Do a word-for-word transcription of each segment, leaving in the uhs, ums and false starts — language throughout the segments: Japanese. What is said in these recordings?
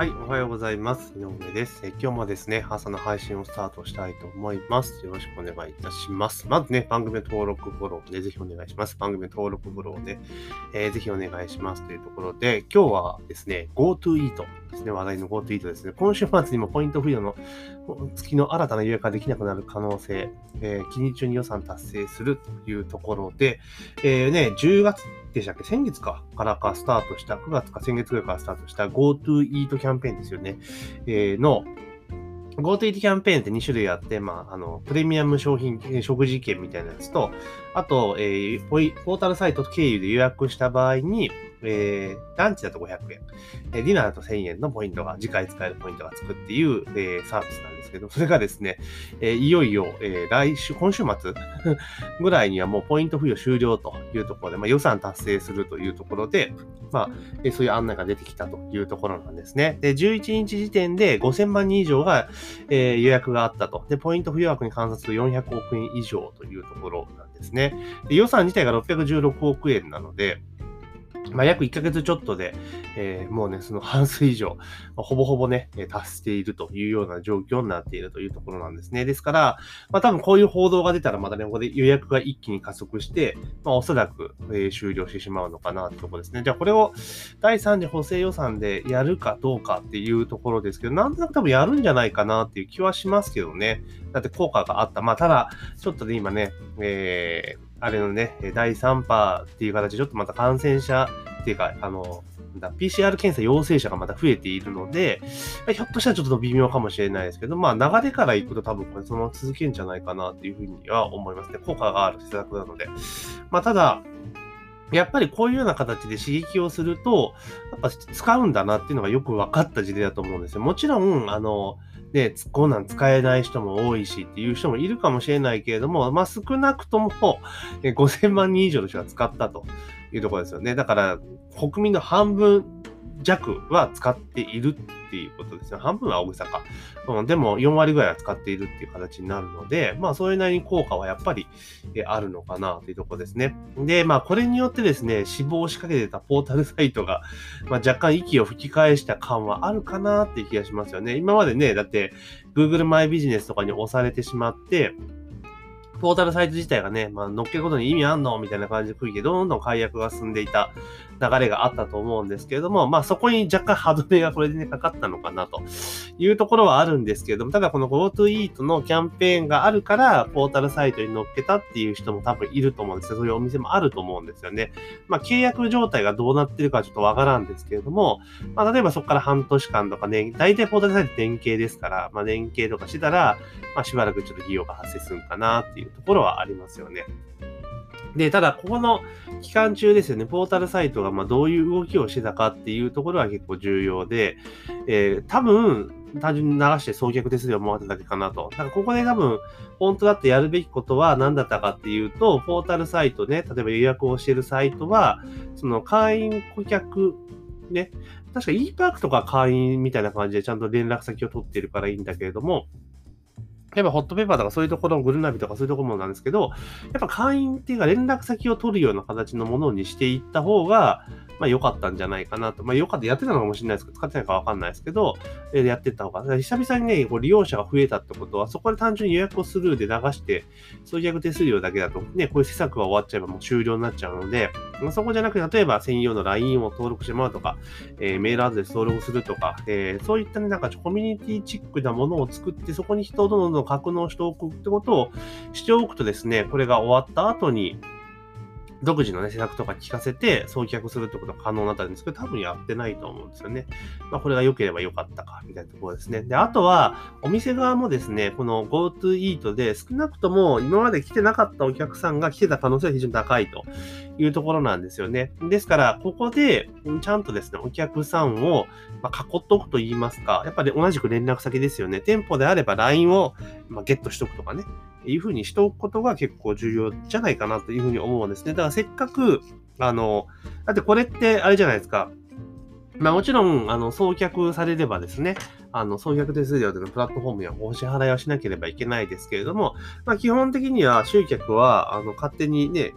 はい、おはようございます。井上です。え今日もですね、朝の配信をスタートしたいと思います。よろしくお願いいたします。まずね、番組の登録、フォローね、ぜひお願いします。番組の登録、フォローね、えーぜひお願いしますというところで、今日はですね、GoTo Eat ですね、話題の GoTo Eat ですね、今週末にもポイント付与の月の新たな予約ができなくなる可能性、えー、期日中に予算達成するというところで、えー、ね、じゅうがつでしたっけ先月かからかスタートした、くがつか先月ぐらいからスタートした GoTo Eat キャンペーンですよね。えー、の GoTo Eat キャンペーンってに種類あって、まあ、あの、プレミアム商品、食事券みたいなやつと、あと、えー、ポイ、ポータルサイト経由で予約した場合に、えー、ランチだとごひゃくえん、えー、ディナーだとせんえんのポイントが、次回使えるポイントがつくっていう、えー、サービスなんですけど、それがですね、えー、いよいよ、えー、来週、今週末ぐらいにはもうポイント付与終了というところで、まあ、予算達成するというところで、まあ、えー、そういう案内が出てきたというところなんですね。で、じゅういちにち時点でごせんまんにん以上が、えー、予約があったと。で、ポイント付与額に換算するとよんひゃくおくえん以上というところなんですね。で、予算自体がろっぴゃくじゅうろくおくえんなので、まあ、約いっかげつちょっとで、えー、もうね、その半数以上、まあ、ほぼほぼね、達しているというような状況になっているというところなんですね。ですから、まあ、多分こういう報道が出たらまたね、ここで予約が一気に加速して、まあ、おそらく、えー、終了してしまうのかなというところですね。じゃあこれをだいさん次補正予算でやるかどうかっていうところですけど、なんとなく多分やるんじゃないかなっていう気はしますけどね。だって効果があった。まあ、ただ、ちょっとね、今ね、えー、あれのね、だいさん波っていう形でちょっとまた感染者っていうか、あの、ピーシーアール 検査陽性者がまた増えているので、ひょっとしたらちょっと微妙かもしれないですけど、まあ流れからいくと多分これそのまま続けるんじゃないかなっていうふうには思いますね。効果がある施策なので。まあただ、やっぱりこういうような形で刺激をすると、やっぱ使うんだなっていうのがよく分かった事例だと思うんですよ。もちろん、あの、ね、こんなん使えない人も多いしっていう人もいるかもしれないけれども、まあ少なくともごせんまんにん以上の人が使ったというところですよね。だから国民の半分弱は使っているっていうことですね。半分は大げさか。うん、でもよんわりぐらいは使っているっていう形になるので、まあそれなりに効果はやっぱりあるのかなというところですね。で、まあこれによってですね、死亡しかけてたポータルサイトが、まあ、若干息を吹き返した感はあるかなっていう気がしますよね。今までね、だって Google マイビジネスとかに押されてしまって、ポータルサイト自体がね、まあ、乗っけることに意味あんのみたいな感じで区域でどんどん解約が進んでいた流れがあったと思うんですけれども、まあそこに若干歯止めがこれでね、かかったのかなというところはあるんですけれども、ただこの GoTo Eat のキャンペーンがあるから、ポータルサイトに乗っけたっていう人も多分いると思うんですよ。そういうお店もあると思うんですよね。まあ契約状態がどうなってるかちょっとわからんですけれども、まあ例えばそこから半年間とかね、大体ポータルサイト連携ですから、まあ連携とかしてたら、まあしばらくちょっと費用が発生するかなっていうところはありますよね。で、ただ、ここの期間中ですよね、ポータルサイトがまあどういう動きをしてたかっていうところは結構重要で、えー、多分、単純に流して送客手数料をもらっただけかなと。だからここで多分、本当だってやるべきことは何だったかっていうと、ポータルサイトね、例えば予約をしているサイトは、その会員顧客、ね、確か e パークとか会員みたいな感じでちゃんと連絡先を取っているからいいんだけれども、例えばホットペッパーとかそういうところのグルナビとかそういうところもなんですけど、やっぱ会員っていうか連絡先を取るような形のものにしていった方が、まあ良かったんじゃないかなと。まあ良かった、やってたのかもしれないですけど、使ってないかわかんないですけど、えー、やってった方が。久々にね、こう利用者が増えたってことは、そこで単純に予約をスルーで流して、送客手数料だけだと、ね、こういう施策が終わっちゃえばもう終了になっちゃうので、まあ、そこじゃなくて、例えば専用の ライン を登録してもらうとか、えー、メールアドレス登録するとか、えー、そういったね、なんかコミュニティチックなものを作って、そこに人をどんどん格納しておくってことをしておくとですね、これが終わった後に、独自のね、施策とか聞かせて送客するってことが可能になったんですけど、多分やってないと思うんですよね。まあ、これが良ければ良かったか、みたいなところですね。で、あとは、お店側もですね、この GoTo Eat で少なくとも今まで来てなかったお客さんが来てた可能性が非常に高いというところなんですよね。ですから、ここで、ちゃんとですね、お客さんを囲っておくと言いますか、やっぱり同じく連絡先ですよね。店舗であれば ライン をゲットしとくとかね。いうふうにしておくことが結構重要じゃないかなというふうに思うんですね。だからせっかく、あの、だってこれってあれじゃないですか。まあもちろん、あの、送客されればですね、あの、送客手数料でのプラットフォームやお支払いはしなければいけないですけれども、まあ基本的には集客は、あの、勝手にね、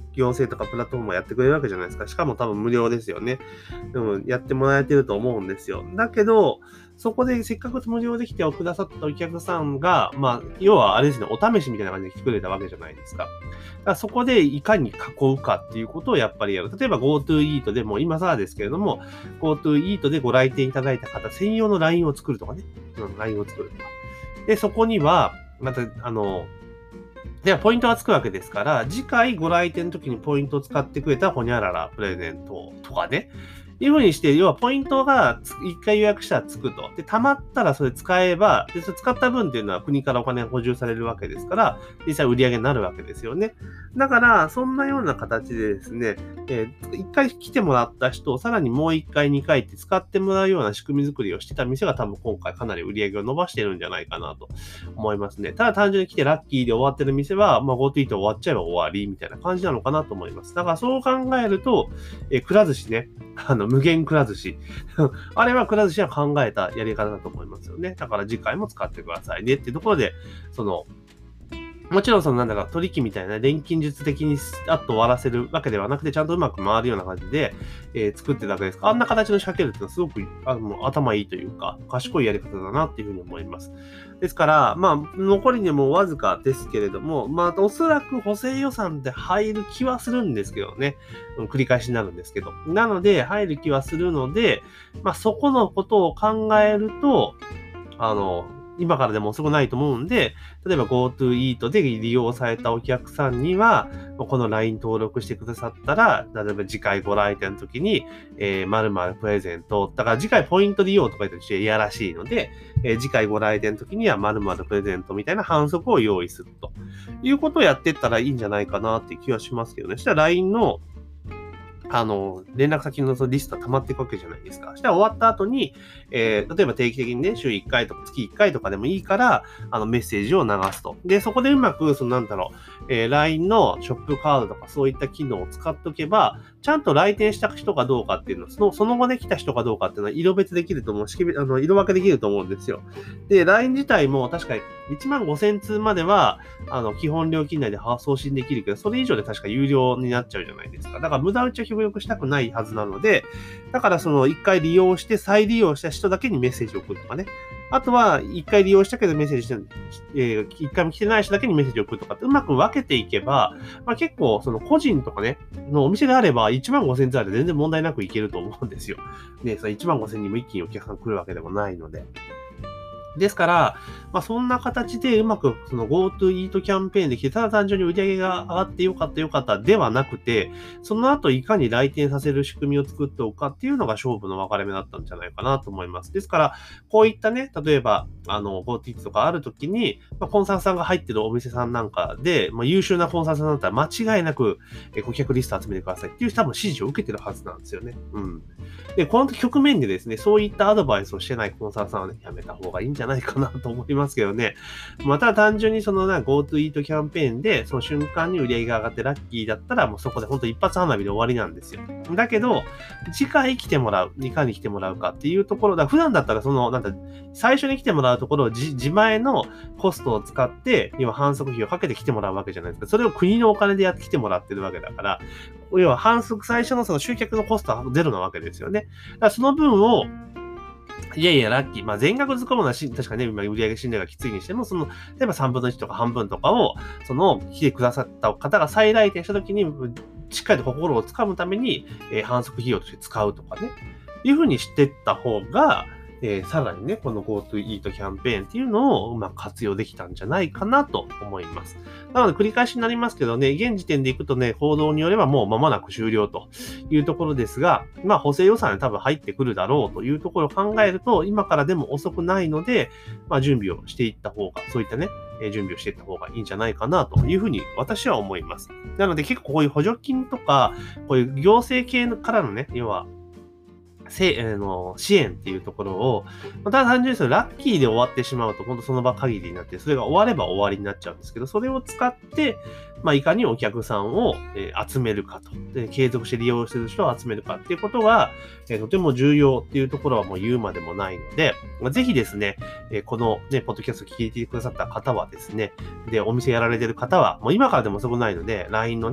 行政とかプラットフォームをやってくれるわけじゃないですか。しかも多分無料ですよね。でもやってもらえてると思うんですよ。だけど、そこでせっかく無料で来てくださったお客さんが、まあ、要はあれですね、お試しみたいな感じで来てくれたわけじゃないですか。だからそこでいかに囲うかっていうことをやっぱりやる。例えば GoTo イートでも今更ですけれども、GoTo イートでご来店いただいた方専用の ライン を作るとかね。うん、ライン を作るとか。で、そこには、また、あの、では、ポイントがつくわけですから、次回ご来店の時にポイントを使ってくれたホニャララプレゼントとかね。いう風にして、要はポイントが一回予約したらつくと。で、溜まったらそれ使えば、で、それ使った分っていうのは国からお金が補充されるわけですから、実際売り上げになるわけですよね。だから、そんなような形でですね、えー、一回来てもらった人をさらにもう一回、二回って使ってもらうような仕組み作りをしてた店が多分今回かなり売り上げを伸ばしてるんじゃないかなと思いますね。ただ単純に来てラッキーで終わってる店は、まあ GoTo イート終わっちゃえば終わりみたいな感じなのかなと思います。だからそう考えると、えー、くら寿司ね、あの、無限くら寿司。あれはくら寿司は考えたやり方だと思いますよね。だから次回も使ってくださいねっていうところで、その、もちろんそのなんだか取引みたいな錬金術的にあっと終わらせるわけではなくて、ちゃんとうまく回るような感じで、えー、作ってるわけですから、あんな形の仕掛けるっていうのはすごくあの頭いいというか、賢いやり方だなっていうふうに思います。ですから、まあ、残りでもわずかですけれども、まあ、おそらく補正予算で入る気はするんですけどね。繰り返しになるんですけど。なので、入る気はするので、まあ、そこのことを考えると、あの、今からでも遅くないと思うんで、例えば GoTo イートで利用されたお客さんには、この ライン 登録してくださったら、例えば次回ご来店の時に、えー、〇〇プレゼント。だから次回ポイント利用とか言うといやらしいので、えー、次回ご来店の時には〇〇プレゼントみたいな反則を用意するということをやっていったらいいんじゃないかなっていう気はしますけどね。そしたら ライン のあの、連絡先のそのリストが溜まっていくわけじゃないですか。そしたら終わった後に、えー、例えば定期的にね、週いっかいとか月いっかいとかでもいいから、あの、メッセージを流すと。で、そこでうまく、そのなんだろう、えー、ライン のショップカードとかそういった機能を使っておけば、ちゃんと来店した人かどうかっていうのは、その、その後で来た人かどうかっていうのは色別できると思う、識別、あの、色分けできると思うんですよ。で、ライン 自体も確かいちまんごせんつうまでは、あの、基本料金内で送信できるけど、それ以上で確か有料になっちゃうじゃないですか。だから無駄打ちを極力したくないはずなので、だからその一回利用して再利用した人だけにメッセージを送るとかね。あとは一回利用したけどメッセージして、えー、一回も来てない人だけにメッセージを送るとかってうまく分けていけば、まあ、結構その個人とかね、のお店であればいちまんごせんつあれば全然問題なくいけると思うんですよ。ね、そのいちまんごせんにんも一気にお客さん来るわけでもないので。ですから、まあ、そんな形でうまくその GoTo イートキャンペーンできて、ただ単純に売り上げが上がってよかったよかったではなくて、その後いかに来店させる仕組みを作っておくかっていうのが勝負の分かれ目だったんじゃないかなと思います。ですから、こういったね、例えば、あの、GoTo イートとかあるときに、まあ、コンサルさんが入ってるお店さんなんかで、まあ、優秀なコンサルさんだったら間違いなく顧客リスト集めてくださいっていう多分指示を受けてるはずなんですよね。うん。で、この局面でですね、そういったアドバイスをしてないコンサルさんはね、やめた方がいいんじゃないかなと思いますけどね。また単純にそのな、GoTo イートキャンペーンで、その瞬間に売り上げが上がってラッキーだったら、もうそこで本当一発花火で終わりなんですよ。だけど、次回来てもらう、いかに来てもらうかっていうところだ、普段だったらその、なんだ、最初に来てもらうところを自、自前のコストを使って、今反則費をかけて来てもらうわけじゃないですか。それを国のお金でやって来てもらってるわけだから、要は反則、最初のその集客のコストはゼロなわけですよね。だからその分を、いやいや、ラッキー。まあ、全額突っ込むのはし、確かね、今、売上信頼がきついにしても、その、例えばさんぶんのいちとか半分とかを、その、来てくださった方が再来店したときに、しっかりと心をつかむために、えー、反則費用として使うとかね、いうふうにしていった方が、えー、さらにね、この GoTo イートキャンペーンっていうのをうまく活用できたんじゃないかなと思います。なので繰り返しになりますけどね、現時点でいくとね、報道によればもう間もなく終了というところですが、まあ補正予算で多分入ってくるだろうというところを考えると、今からでも遅くないので、まあ準備をしていった方が、そういったね、準備をしていった方がいいんじゃないかなというふうに私は思います。なので結構こういう補助金とか、こういう行政系からのね、要は、せあの支援っていうところを、まただ単純にそれラッキーで終わってしまうと、本当その場限りになって、それが終われば終わりになっちゃうんですけど、それを使って、まあ、いかにお客さんを、えー、集めるかとで、継続して利用している人を集めるかっていうことが、えー、とても重要っていうところはもう言うまでもないので、まあ、ぜひですね、えー、このね、ポッドキャストを聞いてくださった方はですね、で、お店やられてる方は、もう今からでも遅くないので、ライン のね、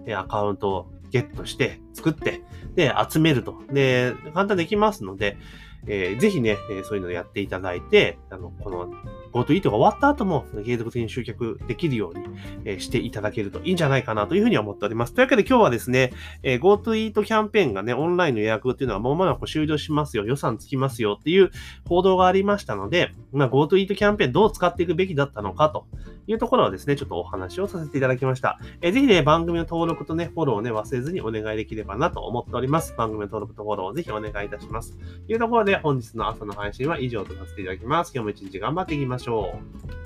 えアカウントをゲットして、作って、で、集めると。で、簡単にできますので、えー、ぜひね、えー、そういうのをやっていただいて、あの、この GoToEat が終わった後も継続的に集客できるように、えー、していただけるといいんじゃないかなというふうに思っております。というわけで今日はですね、えー、GoToEat キャンペーンがね、オンラインの予約っていうのはもう間もなく終了しますよ、予算つきますよっていう報道がありましたので、まあ、GoToEat キャンペーンどう使っていくべきだったのかというところはですね、ちょっとお話をさせていただきました。えー、ぜひね、番組の登録とね、フォローをね、忘れずにお願いできればなと思っております。番組の登録とフォローをぜひお願いいたします。というところで本日の朝の配信は以上とさせていただきます。今日も一日頑張っていきましょう。